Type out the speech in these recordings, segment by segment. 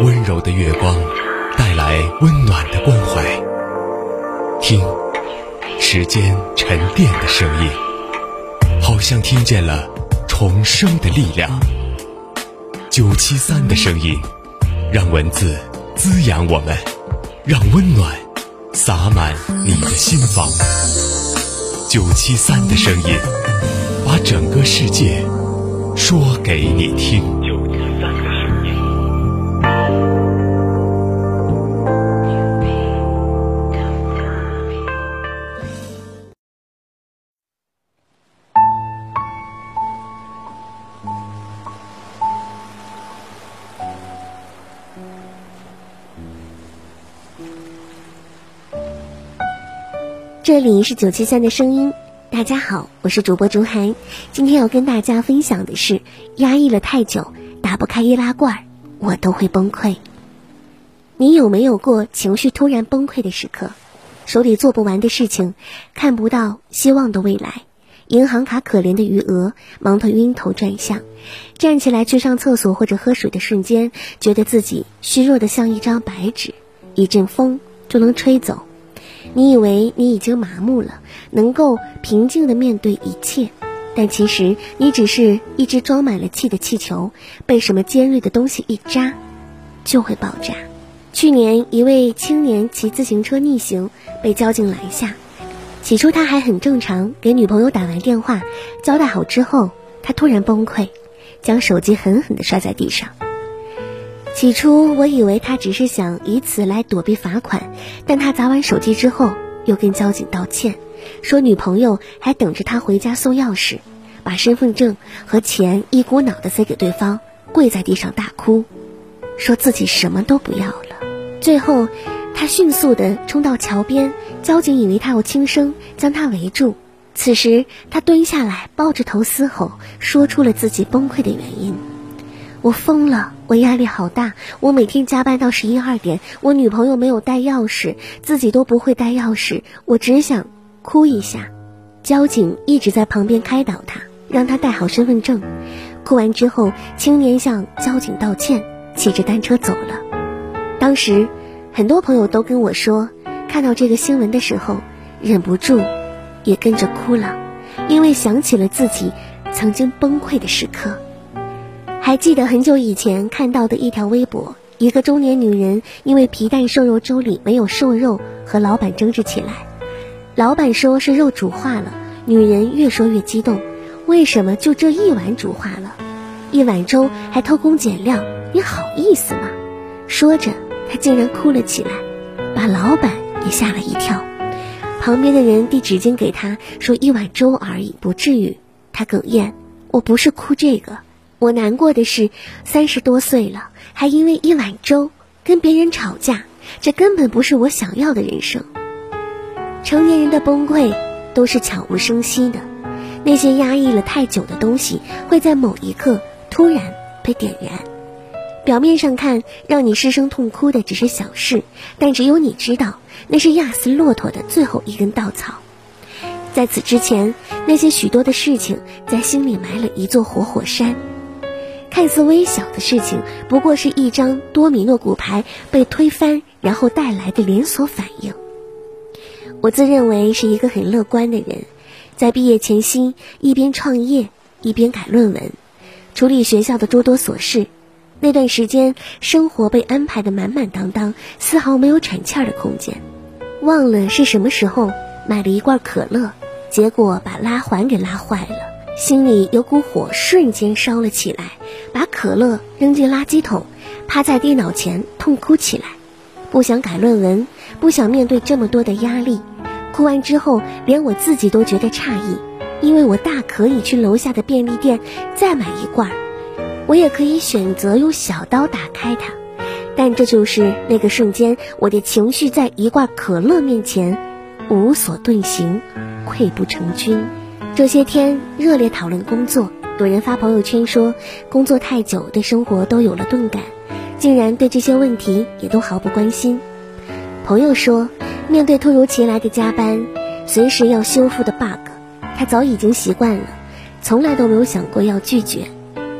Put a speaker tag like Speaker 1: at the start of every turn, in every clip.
Speaker 1: 温柔的月光带来温暖的关怀。听，时间沉淀的声音，好像听见了重生的力量。973的声音，让文字滋养我们，让温暖洒满你的心房。973的声音，把整个世界说给你听。973的声音。
Speaker 2: 这里是973的声音，大家好，我是主播竹涵。今天要跟大家分享的是，压抑了太久，打不开易拉罐，我都会崩溃。你有没有过情绪突然崩溃的时刻？手里做不完的事情，看不到希望的未来，银行卡可怜的余额，忙得晕头转向，站起来去上厕所或者喝水的瞬间，觉得自己虚弱得像一张白纸，一阵风就能吹走。你以为你已经麻木了，能够平静地面对一切，但其实你只是一只装满了气的气球，被什么尖锐的东西一扎就会爆炸。去年一位青年骑自行车逆行，被交警拦下，起初他还很正常，给女朋友打完电话交代好之后，他突然崩溃，将手机狠狠地摔在地上。起初我以为他只是想以此来躲避罚款，但他砸完手机之后又跟交警道歉，说女朋友还等着他回家送钥匙，把身份证和钱一股脑地塞给对方，跪在地上大哭，说自己什么都不要了。最后他迅速地冲到桥边，交警以为他要轻生，将他围住。此时他蹲下来抱着头嘶吼，说出了自己崩溃的原因。我疯了，我压力好大，我每天加班到11、12点，我女朋友没有带钥匙，自己都不会带钥匙，我只想哭一下。交警一直在旁边开导他，让他带好身份证。哭完之后，青年向交警道歉，骑着单车走了。当时很多朋友都跟我说，看到这个新闻的时候忍不住也跟着哭了，因为想起了自己曾经崩溃的时刻。还记得很久以前看到的一条微博，一个中年女人因为皮蛋瘦肉粥里没有瘦肉和老板争执起来。老板说是肉煮化了，女人越说越激动，为什么就这一碗煮化了？一碗粥还偷工减料，你好意思吗？说着她竟然哭了起来，把老板也吓了一跳。旁边的人递纸巾给她，说一碗粥而已，不至于。她哽咽，我不是哭这个，我难过的是30多岁了，还因为一碗粥跟别人吵架，这根本不是我想要的人生。成年人的崩溃都是悄无声息的，那些压抑了太久的东西会在某一刻突然被点燃。表面上看让你失声痛哭的只是小事，但只有你知道，那是压死骆驼的最后一根稻草。在此之前，那些许多的事情在心里埋了一座活火山。看似微小的事情，不过是一张多米诺骨牌被推翻，然后带来的连锁反应。我自认为是一个很乐观的人，在毕业前夕，一边创业，一边改论文，处理学校的诸多琐事。那段时间，生活被安排得满满当当，丝毫没有喘气儿的空间。忘了是什么时候买了一罐可乐，结果把拉环给拉坏了，心里有股火瞬间烧了起来，把可乐扔进垃圾桶，趴在电脑前痛哭起来。不想改论文，不想面对这么多的压力，哭完之后连我自己都觉得诧异，因为我大可以去楼下的便利店再买一罐，我也可以选择用小刀打开它，但这就是那个瞬间，我的情绪在一罐可乐面前无所遁形，溃不成军。这些天热烈讨论工作，有人发朋友圈说工作太久对生活都有了钝感，竟然对这些问题也都毫不关心。朋友说面对突如其来的加班，随时要修复的 bug， 他早已经习惯了，从来都没有想过要拒绝。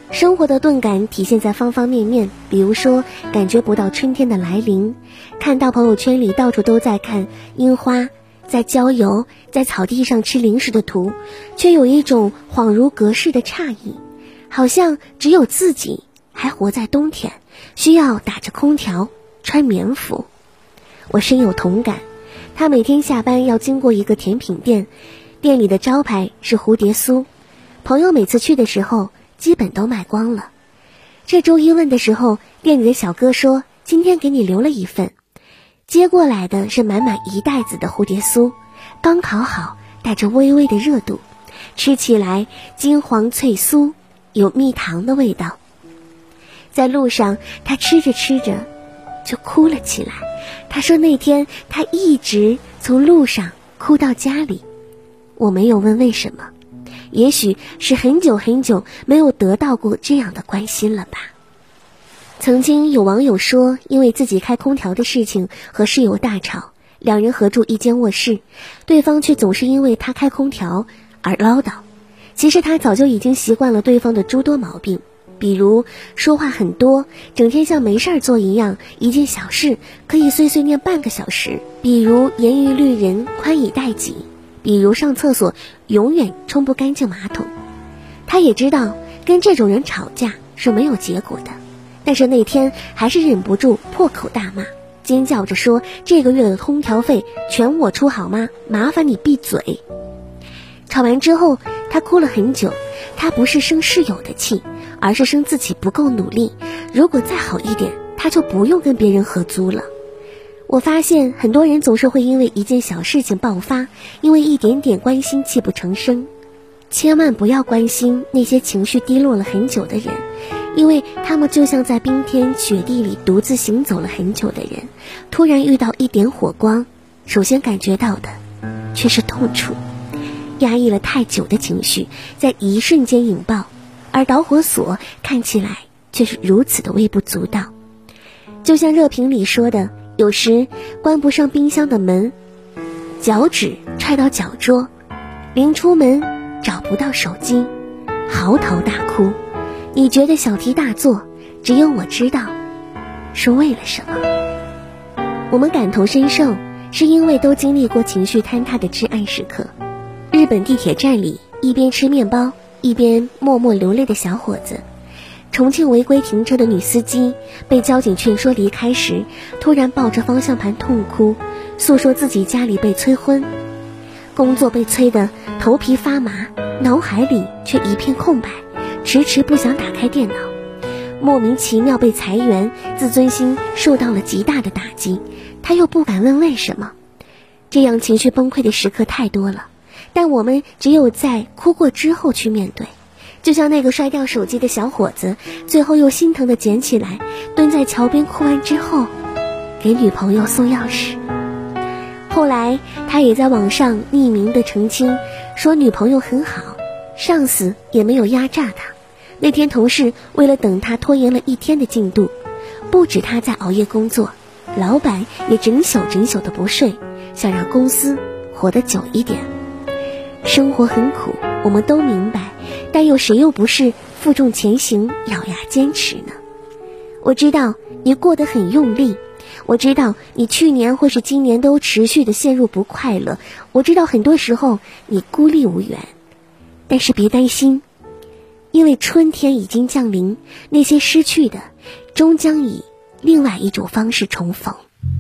Speaker 2: 生活的钝感体现在方方面面，比如说感觉不到春天的来临，看到朋友圈里到处都在看樱花，在郊游，在草地上吃零食的图，却有一种恍如隔世的诧异，好像只有自己还活在冬天，需要打着空调穿棉服。我深有同感，他每天下班要经过一个甜品店，店里的招牌是蝴蝶酥，朋友每次去的时候基本都卖光了。这周一问的时候，店里的小哥说今天给你留了一份，接过来的是满满一袋子的蝴蝶酥，刚烤好，带着微微的热度，吃起来金黄脆酥，有蜜糖的味道。在路上他吃着吃着就哭了起来，他说那天他一直从路上哭到家里。我没有问为什么，也许是很久很久没有得到过这样的关心了吧。曾经有网友说，因为自己开空调的事情和室友大吵，两人合住一间卧室，对方却总是因为他开空调而唠叨。其实他早就已经习惯了对方的诸多毛病，比如说话很多，整天像没事做一样，一件小事可以碎碎念半个小时，比如严于律人，宽以待己，比如上厕所永远冲不干净马桶。他也知道跟这种人吵架是没有结果的，但是那天还是忍不住破口大骂，尖叫着说这个月的空调费全我出好吗？麻烦你闭嘴。吵完之后他哭了很久，他不是生室友的气，而是生自己不够努力，如果再好一点，他就不用跟别人合租了。我发现很多人总是会因为一件小事情爆发，因为一点点关心泣不成声。千万不要关心那些情绪低落了很久的人，因为他们就像在冰天雪地里独自行走了很久的人，突然遇到一点火光，首先感觉到的却是痛楚。压抑了太久的情绪在一瞬间引爆，而导火索看起来却是如此的微不足道。就像热评里说的，有时关不上冰箱的门，脚趾踹到脚桌，临出门找不到手机，嚎啕大哭。你觉得小题大做，只有我知道是为了什么。我们感同身受，是因为都经历过情绪坍塌的至暗时刻。日本地铁站里一边吃面包一边默默流泪的小伙子，重庆违规停车的女司机被交警劝说离开时，突然抱着方向盘痛哭，诉说自己家里被催婚，工作被催得头皮发麻，脑海里却一片空白，迟迟不想打开电脑。莫名其妙被裁员，自尊心受到了极大的打击，他又不敢问为什么。这样情绪崩溃的时刻太多了，但我们只有在哭过之后去面对。就像那个摔掉手机的小伙子，最后又心疼地捡起来，蹲在桥边哭完之后给女朋友送钥匙。后来他也在网上匿名地澄清，说女朋友很好，上司也没有压榨他。那天同事为了等他拖延了一天的进度，不止他在熬夜工作，老板也整宿的不睡，想让公司活得久一点。生活很苦，我们都明白，但又谁又不是负重前行，咬牙坚持呢？我知道你过得很用力，我知道你去年或是今年都持续的陷入不快乐，我知道很多时候你孤立无援，但是别担心，因为春天已经降临，那些失去的终将以另外一种方式重逢。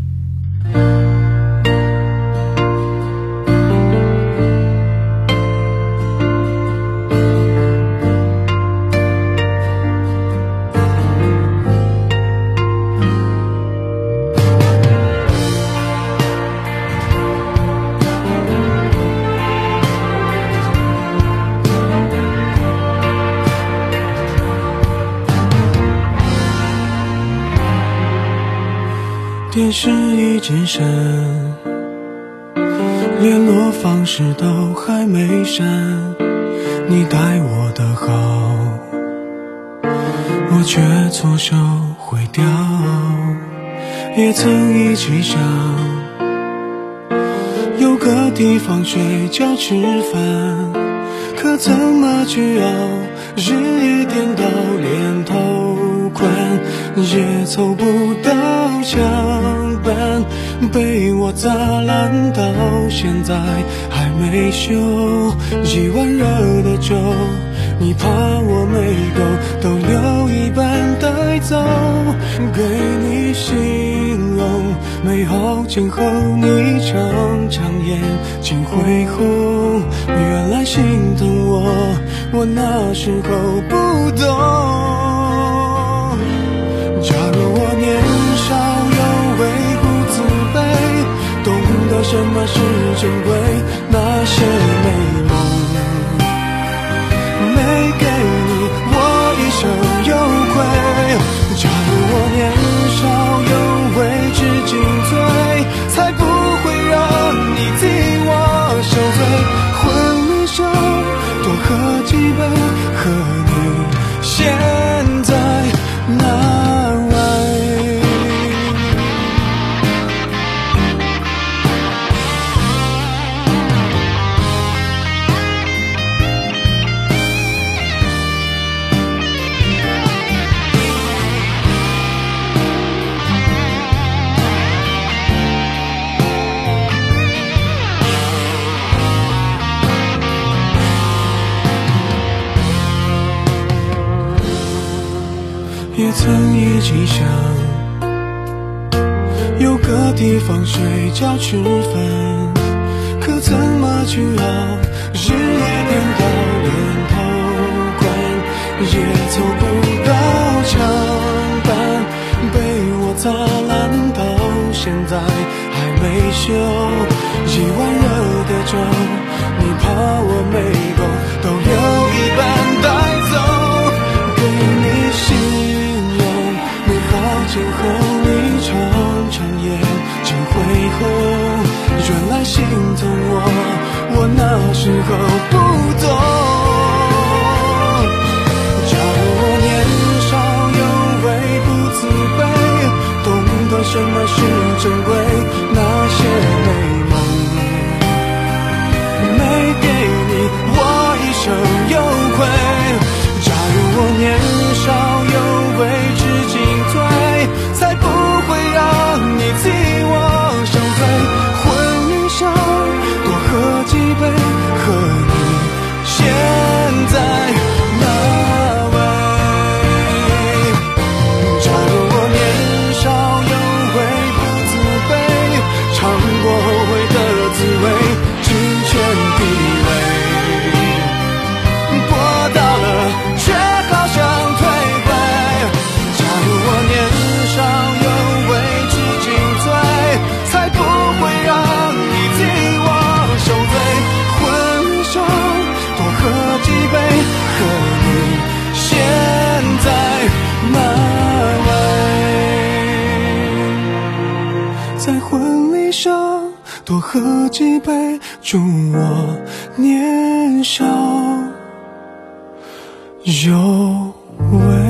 Speaker 3: 电视已健身，联络方式都还没删，你待我的好，我却错手毁掉。也曾一起想有个地方睡觉吃饭，可怎么去熬，日夜颠倒也凑不到墙板，被我砸烂到现在还没修。一碗热的粥，你怕我没够，都留一半带走。给你形容美好今后，你常常眼睛恢宏。原来心疼我那时候不懂。假如我年少有为不自卑，懂得什么是珍贵，那些美梦没给你，我一生有愧。假如我年少有为知进退，才不会让你替我受罪。婚礼上多喝几杯，和你现在那位。也曾一起想有个地方睡觉吃饭，可怎么去熬，日夜颠倒连头款也凑不到墙板，被我砸烂到现在还没修。一碗热的粥，你怕我没够，都留一半带走。给你形容美好今后，你常常眼睛恢宏。原来心疼我那时候不懂。假如我年少有为不自卑，懂得什么是珍贵，那些美梦没给你，我一生有愧。假如我年少有为知进退，才不会让你替我受罪。婚礼上多喝几杯，和你现在那位。假如我年少有为不自卑，尝过后悔的滋味，只欠地位。搏到了却好像退回。假如我年少有为知进退，才不会让你替我受罪。婚礼上多喝几杯，和你现在那位。在婚礼上多喝几杯，祝我年少有为。